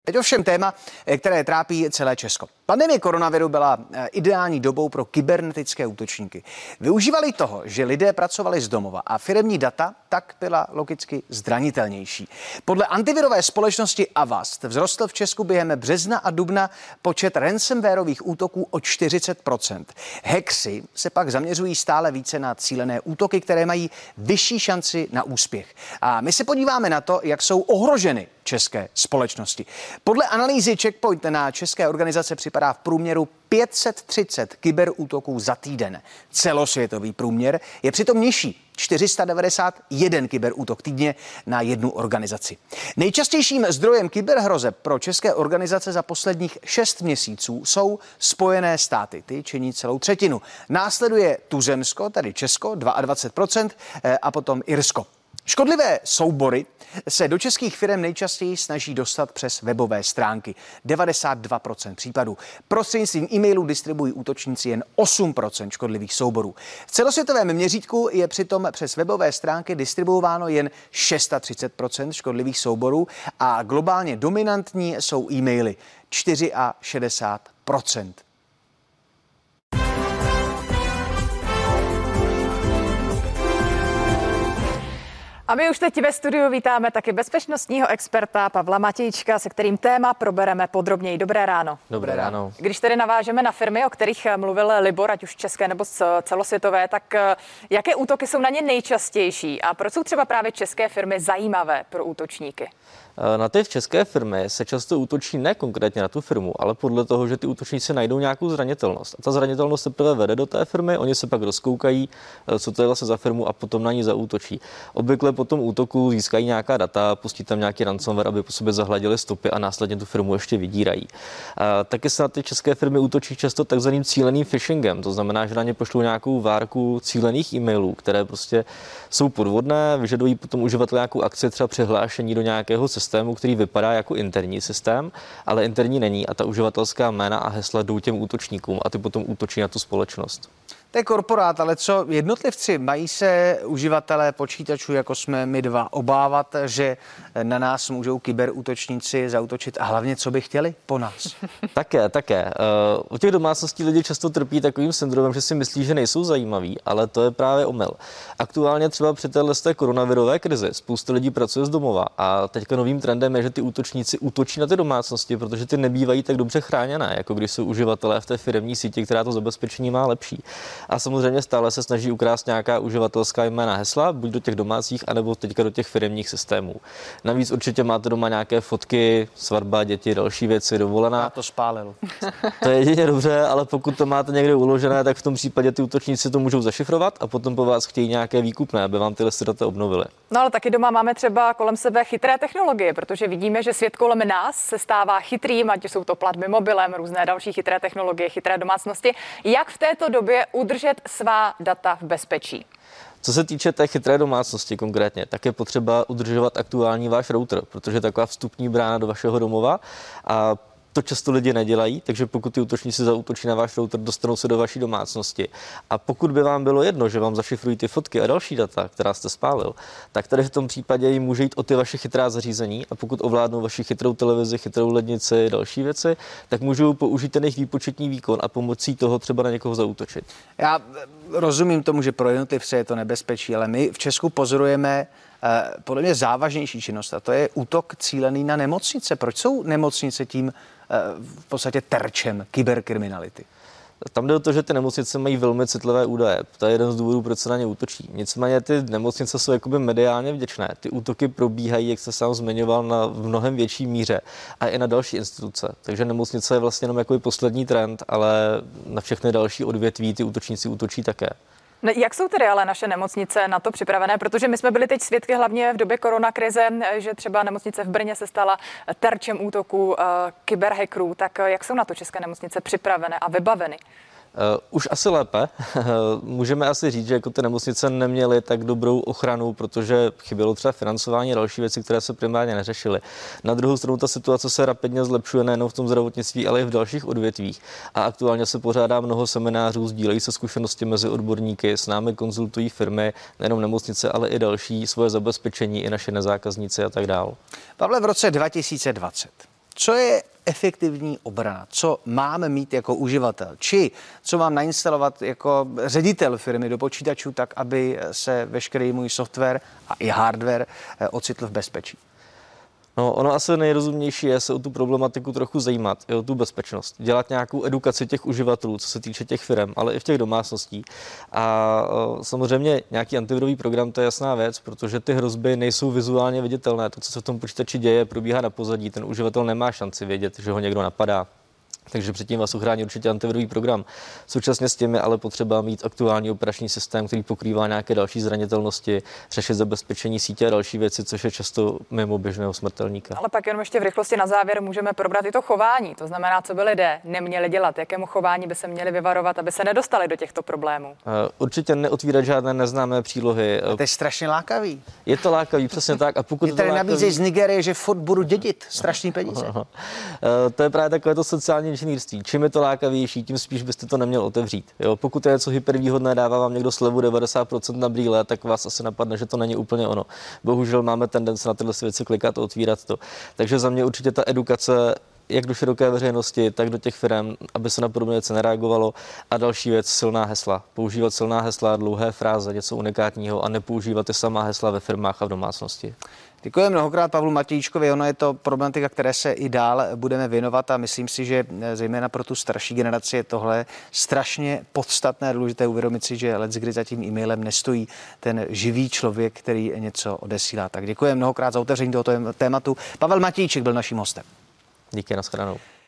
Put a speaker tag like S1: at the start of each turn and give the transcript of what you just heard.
S1: Teď ovšem téma, které trápí celé Česko. Pandemie koronaviru byla ideální dobou pro kybernetické útočníky. Využívali toho, že lidé pracovali z domova a firemní data tak byla logicky zranitelnější. Podle antivirové společnosti Avast vzrostl v Česku během března a dubna počet ransomwareových útoků o 40%. Hackři se pak zaměřují stále více na cílené útoky, které mají vyšší šanci na úspěch. A my se podíváme na to, jak jsou ohroženy české společnosti. Podle analýzy Checkpoint na české organizace připadá v průměru 530 kyberútoků za týden. Celosvětový průměr je přitom nižší. 491 kyberútok týdně na jednu organizaci. Nejčastějším zdrojem kyberhrozeb pro české organizace za posledních 6 měsíců jsou Spojené státy. Ty činí celou třetinu. Následuje tuzemsko, tedy Česko, 22%, a potom Irsko. Škodlivé soubory se do českých firm nejčastěji snaží dostat přes webové stránky. 92% případů. Prostřednictvím e-mailů distribuují útočníci jen 8% škodlivých souborů. V celosvětovém měřítku je přitom přes webové stránky distribuováno jen 630% škodlivých souborů a globálně dominantní jsou e-maily 64%.
S2: A my už teď ve studiu vítáme taky bezpečnostního experta Pavla Matějčka, se kterým téma probereme podrobněji. Dobré ráno.
S3: Dobré ráno.
S2: Když tedy navážeme na firmy, o kterých mluvil Libor, ať už české nebo celosvětové, tak jaké útoky jsou na ně nejčastější a proč jsou třeba právě české firmy zajímavé pro útočníky?
S3: Na ty české firmy se často útočí ne konkrétně na tu firmu, ale podle toho, že ty útočníci najdou nějakou zranitelnost. A ta zranitelnost se prvé vede do té firmy, oni se pak rozkoukají, co to je vlastně za firmu a potom na ní zaútočí. Obvykle po tom útoku získají nějaká data, pustí tam nějaký ransomware, aby po sobě zahladili stopy a následně tu firmu ještě vydírají. Taky se na ty české firmy útočí často takzvaným cíleným phishingem, to znamená, že na ně pošlou nějakou várku cílených e-mailů, které prostě jsou podvodné, vyžadují potom uživatel nějakou akci, třeba přihlášení do nějakého systému, který vypadá jako interní systém, ale interní není a ta uživatelská jména a hesla jdou těm útočníkům a ty potom útočí na tu společnost.
S1: To je korporát, ale co jednotlivci? Mají se uživatelé počítačů, jako jsme my dva, obávat, že na nás můžou kyberútočníci zaútočit a hlavně, co by chtěli po nás?
S3: Také. U těch domácností lidi často trpí takovým syndromem, že si myslí, že nejsou zajímaví, ale to je právě omyl. Aktuálně třeba při té koronavirové krizi spousta lidí pracuje z domova a teďka novým trendem je, že ty útočníci útočí na ty domácnosti, protože ty nebývají tak dobře chráněné, jako když jsou uživatelé v té firemní síti, která to zabezpečení má lepší. A samozřejmě stále se snaží ukrást nějaká uživatelská jména hesla, buď do těch domácích, anebo teďka do těch firemních systémů. Navíc určitě máte doma nějaké fotky, svatba, děti, další věci, dovolená.
S1: Já to spálil.
S3: To je jedině dobře, ale pokud to máte někde uložené, tak v tom případě ty útočníci to můžou zašifrovat a potom po vás chtějí nějaké výkupné, aby vám tyhle data obnovili.
S2: No ale taky doma máme třeba kolem sebe chytré technologie, protože vidíme, že svět kolem nás se stává chytrým, ať jsou to platby mobilem, různé další chytré technologie, chytré domácnosti. Jak v této době udržet svá data v bezpečí?
S3: Co se týče té chytré domácnosti konkrétně, tak je potřeba udržovat aktuální váš router, protože je taková vstupní brána do vašeho domova a to často lidi nedělají, takže pokud ty útočníci zaútočí na váš router, dostanou se do vaší domácnosti. A pokud by vám bylo jedno, že vám zašifrují ty fotky a další data, která jste spálil, tak tady v tom případě jim může jít o ty vaše chytrá zařízení a pokud ovládnou vaši chytrou televizi, chytrou lednici, další věci, tak můžou použít ten jejich výpočetní výkon a pomocí toho třeba na někoho zaútočit.
S1: Já rozumím tomu, že pro jednotlivce je to nebezpečí, ale my v Česku pozorujeme podle mě závažnější činnost a to je útok cílený na nemocnice. Proč jsou nemocnice tím v podstatě terčem kyberkriminality?
S3: Tam jde o to, že ty nemocnice mají velmi citlivé údaje. To je jeden z důvodů, proč se na ně útočí. Nicméně ty nemocnice jsou jakoby mediálně vděčné. Ty útoky probíhají, jak jste sám zmiňoval, v mnohem větší míře a i na další instituce. Takže nemocnice je vlastně jenom jako poslední trend, ale na všechny další odvětví ty útočníci útočí také.
S2: Jak jsou tedy ale naše nemocnice na to připravené? Protože my jsme byli teď svědky hlavně v době koronakrize, že třeba nemocnice v Brně se stala terčem útoků kyberhackerů. Tak jak jsou na to české nemocnice připravené a vybaveny?
S3: Už asi lépe. Můžeme asi říct, že jako ty nemocnice neměly tak dobrou ochranu, protože chybělo třeba financování a další věci, které se primárně neřešily. Na druhou stranu ta situace se rapidně zlepšuje nejen v tom zdravotnictví, ale i v dalších odvětvích. A aktuálně se pořádá mnoho seminářů, sdílejí se zkušenosti mezi odborníky, s námi konzultují firmy, nejenom nemocnice, ale i další svoje zabezpečení, i naše nezákazníci a tak dál.
S1: Pavle, v roce 2020 Co je efektivní obrana? Co mám mít jako uživatel? Či co mám nainstalovat jako ředitel firmy do počítačů tak, aby se veškerý můj software a i hardware ocitl v bezpečí?
S3: No, ono asi nejrozumnější je se o tu problematiku trochu zajímat, i o tu bezpečnost. Dělat nějakou edukaci těch uživatelů, co se týče těch firm, ale i v těch domácností. A samozřejmě nějaký antivirový program, to je jasná věc, protože ty hrozby nejsou vizuálně viditelné. To, co se v tom počítači děje, probíhá na pozadí. Ten uživatel nemá šanci vědět, že ho někdo napadá. Takže předtím vás ochrání určitě antivirový program. Současně s tím je ale potřeba mít aktuální operační systém, který pokrývá nějaké další zranitelnosti, řešit zabezpečení sítě a další věci, což je často mimo běžného smrtelníka.
S2: Ale pak jenom ještě v rychlosti na závěr můžeme probrat i to chování. To znamená, co by lidé neměli dělat, jakému chování by se měli vyvarovat, aby se nedostali do těchto problémů.
S3: Určitě neotvírat žádné neznámé přílohy.
S1: To je strašně lákavý.
S3: Je to lákavý, přesně tak. A pokud
S1: je tady nabízejí z Nigerie, že furt budu dědit strašný peníze.
S3: To je právě takové to sociální inženýrství. Čím je to lákavější, tím spíš byste to neměl otevřít. Jo? Pokud je něco hypervýhodné, dává vám někdo slevu 90% na brýle, tak vás asi napadne, že to není úplně ono. Bohužel máme tendence na tyhle věci klikat a otvírat to. Takže za mě určitě ta edukace jak do široké veřejnosti, tak do těch firm, aby se na podobné věci nereagovalo. A další věc, silná hesla. Používat silná hesla, dlouhé fráze, něco unikátního a nepoužívat ty samá hesla ve firmách a v domácnosti.
S1: Děkuji mnohokrát Pavlu Matějíčkovi. Ono je to problematika, které se i dál budeme věnovat a myslím si, že zejména pro tu starší generaci je tohle strašně podstatné a důležité uvědomit si, že leckdy za tím e-mailem nestojí ten živý člověk, který něco odesílá. Tak děkuji mnohokrát za otevření tohoto tématu. Pavel Matějíček byl naším hostem.
S3: Díky, nashledanou.